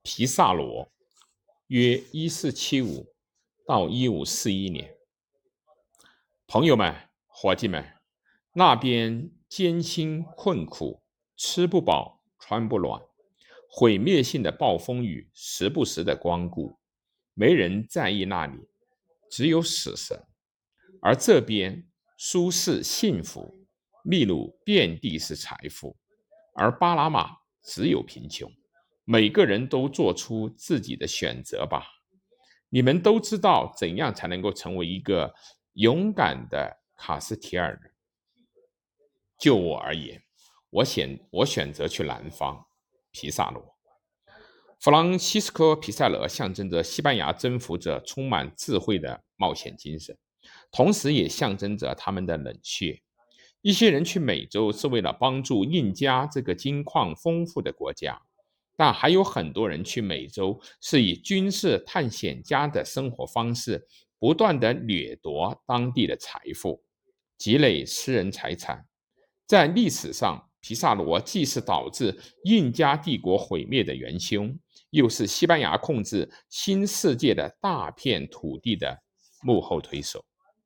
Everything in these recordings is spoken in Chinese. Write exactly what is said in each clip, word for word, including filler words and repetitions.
皮萨罗，约一四七五到一五四一年。朋友们，伙计们，那边艰辛困苦，吃不饱，穿不暖，毁灭性的暴风雨时不时的光顾，没人在意那里，只有死神。而这边舒适幸福，秘鲁遍地是财富，而巴拿马只有贫穷。每个人都做出自己的选择吧。你们都知道怎样才能够成为一个勇敢的卡斯提尔人。就我而言，我选我选择去南方，皮萨罗。弗朗西斯科·皮萨罗象征着西班牙征服者充满智慧的冒险精神，同时也象征着他们的冷血。一些人去美洲是为了帮助印加这个金矿丰富的国家，但还有很多人去美洲是以军事探险家的生活方式，不断地掠夺当地的财富，积累私人财产。在历史上，皮萨罗既是导致印加帝国毁灭的元凶，又是西班牙控制新世界的大片土地的幕后推手。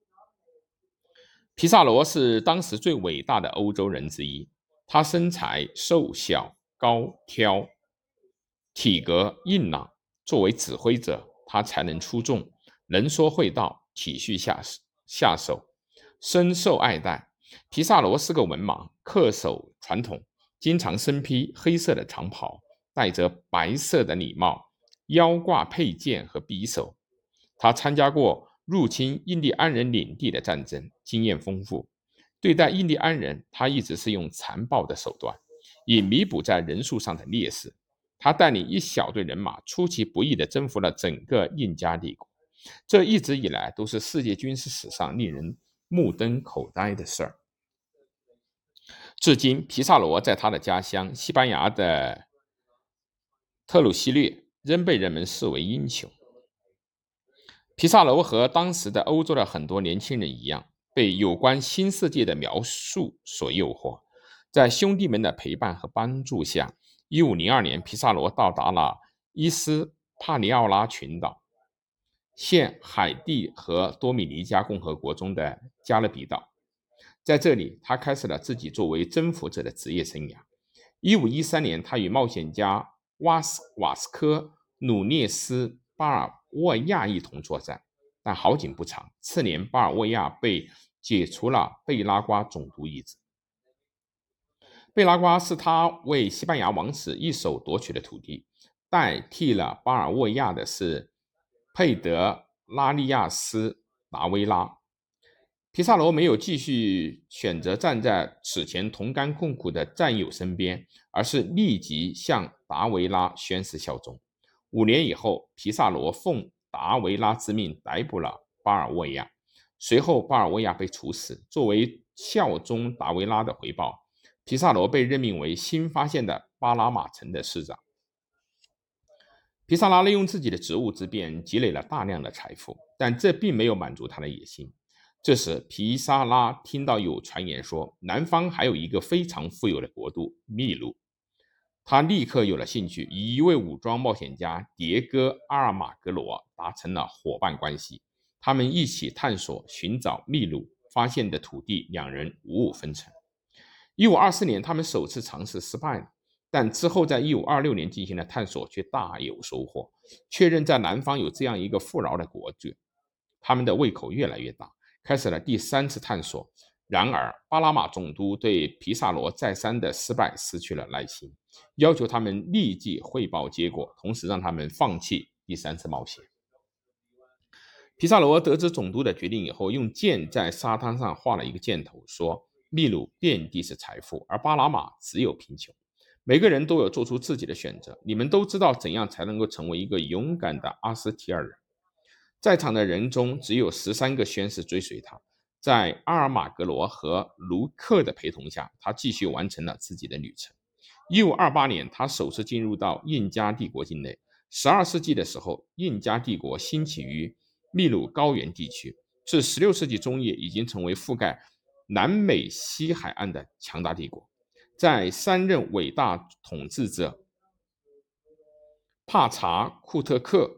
皮萨罗是当时最伟大的欧洲人之一，他身材瘦小、高挑，体格硬朗。作为指挥者，他才能出众，能说会道，体恤下下手，深受爱戴。皮萨罗是个文盲，恪守传统，经常身披黑色的长袍，戴着白色的礼帽，腰挂佩剑和匕首。他参加过入侵印第安人领地的战争，经验丰富。对待印第安人，他一直是用残暴的手段，以弥补在人数上的劣势。他带领一小队人马，出其不意地征服了整个印加帝国。这一直以来都是世界军事史上令人目瞪口呆的事儿。至今，皮萨罗在他的家乡西班牙的特鲁西略仍被人们视为英雄。皮萨罗和当时的欧洲的很多年轻人一样，被有关新世界的描述所诱惑。在兄弟们的陪伴和帮助下，一五零二年，皮萨罗到达了伊斯帕尼奥拉群岛，现海地和多米尼加共和国中的加勒比岛。在这里，他开始了自己作为征服者的职业生涯。一五一三年，他与冒险家瓦斯瓦斯科·努涅斯·巴尔沃亚一同作战，但好景不长，次年巴尔沃亚被解除了贝拉瓜总督一职。贝拉瓜是他为西班牙王室一手夺取的土地，代替了巴尔沃亚的是佩德拉利亚斯·达维拉。皮萨罗没有继续选择站在此前同甘共苦的战友身边，而是立即向达维拉宣誓效忠。五年以后，皮萨罗奉达维拉之命逮捕了巴尔沃亚，随后巴尔沃亚被处死。作为效忠达维拉的回报，皮萨罗被任命为新发现的巴拿马城的市长。皮萨拉利用自己的职务之便积累了大量的财富，但这并没有满足他的野心。这时，皮萨拉听到有传言说，南方还有一个非常富有的国度秘鲁。他立刻有了兴趣，与一位武装冒险家迭戈·阿尔马格罗达成了伙伴关系。他们一起探索寻找秘鲁发现的土地，两人五五分成。一五二四年，他们首次尝试失败了，但之后在一五二六年进行了探索，却大有收获，确认在南方有这样一个富饶的国度。他们的胃口越来越大，开始了第三次探索。然而，巴拿马总督对皮萨罗再三的失败失去了耐心，要求他们立即汇报结果，同时让他们放弃第三次冒险。皮萨罗得知总督的决定以后，用剑在沙滩上画了一个箭头，说：秘鲁遍地是财富，而巴拿马只有贫穷。每个人都有做出自己的选择，你们都知道怎样才能够成为一个勇敢的阿斯提尔人。在场的人中，只有十三个宣誓追随他。在阿尔马格罗和卢克的陪同下，他继续完成了自己的旅程。一五二八年，他首次进入到印加帝国境内。十二世纪的时候，印加帝国兴起于秘鲁高原地区，至十六世纪中叶已经成为覆盖南美西海岸的强大帝国。在三任伟大统治者帕查库特克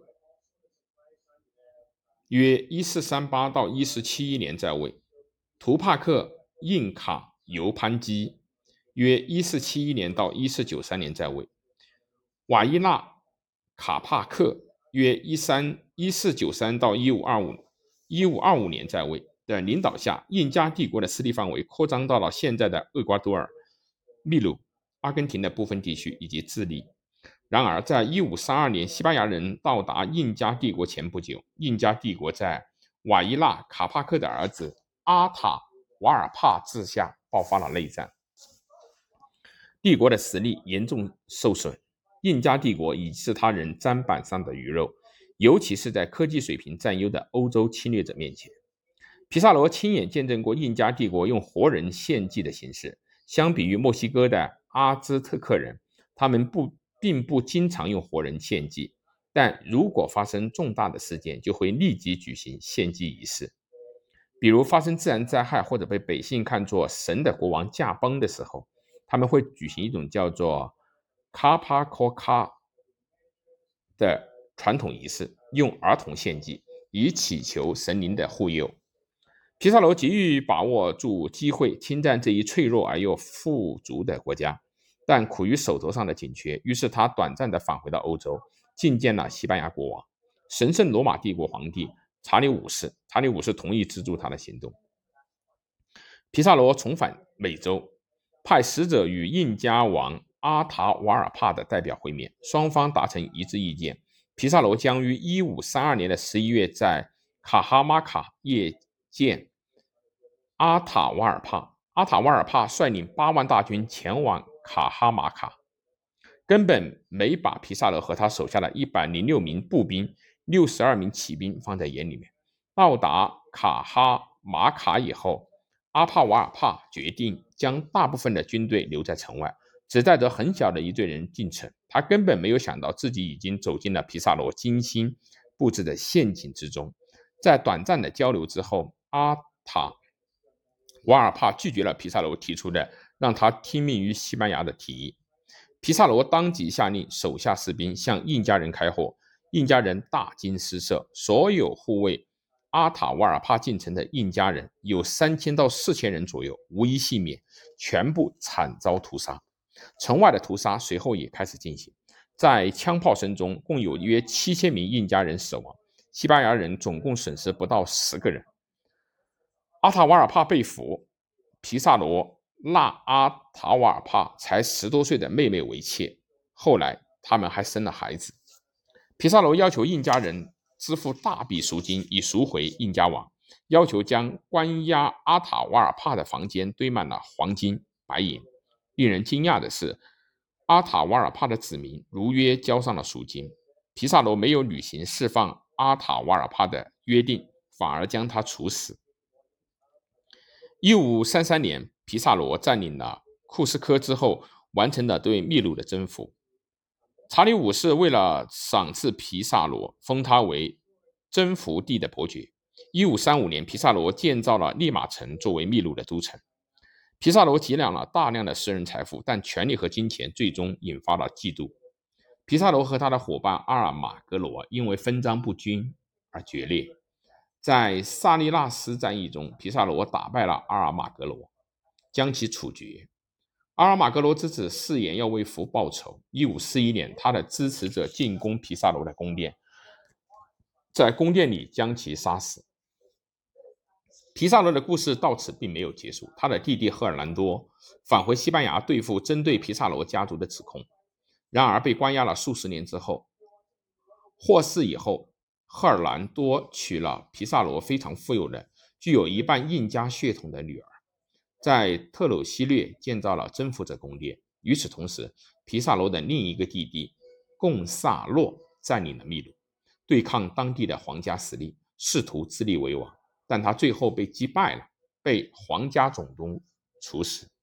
约一四三八到一四七一年在位，图帕克印卡尤潘基约一四七一年到一四九三年在位，瓦伊纳卡帕克约一四九三到一五二五年在位的领导下，印加帝国的势力范围扩张到了现在的厄瓜多尔、秘鲁、阿根廷的部分地区以及智利。然而，在一五三二年西班牙人到达印加帝国前不久，印加帝国在瓦伊纳卡帕克的儿子阿塔瓦尔帕治下爆发了内战，帝国的实力严重受损。印加帝国已是他人砧板上的鱼肉，尤其是在科技水平占优的欧洲侵略者面前。皮萨罗亲眼见证过印加帝国用活人献祭的形式，相比于墨西哥的阿兹特克人，他们不并不经常用活人献祭，但如果发生重大的事件，就会立即举行献祭仪式。比如发生自然灾害或者被百姓看作神的国王驾崩的时候，他们会举行一种叫做卡帕科卡的传统仪式，用儿童献祭，以祈求神灵的护佑。皮萨罗急于把握住机会，侵占这一脆弱而又富足的国家，但苦于手头上的紧缺，于是他短暂地返回到欧洲，觐见了西班牙国王、神圣罗马帝国皇帝查理五世。查理五世同意资助他的行动。皮萨罗重返美洲，派使者与印加王阿塔瓦尔帕的代表会面，双方达成一致意见。皮萨罗将于一五三二年的十一月在卡哈马卡谒见阿塔瓦尔帕。阿塔瓦尔帕率领八万大军前往卡哈马卡，根本没把皮萨罗和他手下的一百零六名步兵、六十二名骑兵放在眼里面。到达卡哈马卡以后，阿帕瓦尔帕决定将大部分的军队留在城外，只带着很小的一队人进城。他根本没有想到自己已经走进了皮萨罗精心布置的陷阱之中。在短暂的交流之后，阿塔瓦尔帕拒绝了皮萨罗提出的让他听命于西班牙的提议。皮萨罗当即下令手下士兵向印加人开火，印加人大惊失色，所有护卫阿塔瓦尔帕进城的印加人有三千到四千人左右，无一幸免，全部惨遭屠杀。城外的屠杀随后也开始进行，在枪炮声中，共有约七千名印加人死亡，西班牙人总共损失不到十个人。阿塔瓦尔帕被俘，皮萨罗纳阿塔瓦尔帕才十多岁的妹妹为妾，后来他们还生了孩子。皮萨罗要求印加人支付大笔赎金以赎回印加王，要求将关押阿塔瓦尔帕的房间堆满了黄金、白银。令人惊讶的是，阿塔瓦尔帕的子民如约交上了赎金，皮萨罗没有履行释放阿塔瓦尔帕的约定，反而将他处死。一五三三年，皮萨罗占领了库斯科之后，完成了对秘鲁的征服。查理五世为了赏赐皮萨罗，封他为征服地的伯爵。一五三五年，皮萨罗建造了利马城作为秘鲁的都城。皮萨罗积攒了大量的私人财富，但权力和金钱最终引发了嫉妒。皮萨罗和他的伙伴阿尔马格罗因为分赃不均而决裂。在萨利纳斯战役中，皮萨罗打败了阿尔马格罗，将其处决。阿尔马格罗之子誓言要为父报仇。一五四一年，他的支持者进攻皮萨罗的宫殿，在宫殿里将其杀死。皮萨罗的故事到此并没有结束，他的弟弟赫尔兰多返回西班牙对付针对皮萨罗家族的指控，然而被关押了数十年之后，获释以后，赫尔兰多娶了皮萨罗非常富有的、具有一半印加血统的女儿，在特鲁西略建造了征服者宫殿。与此同时，皮萨罗的另一个弟弟贡萨洛占领了秘鲁，对抗当地的皇家势力，试图自立为王，但他最后被击败了，被皇家总督处死。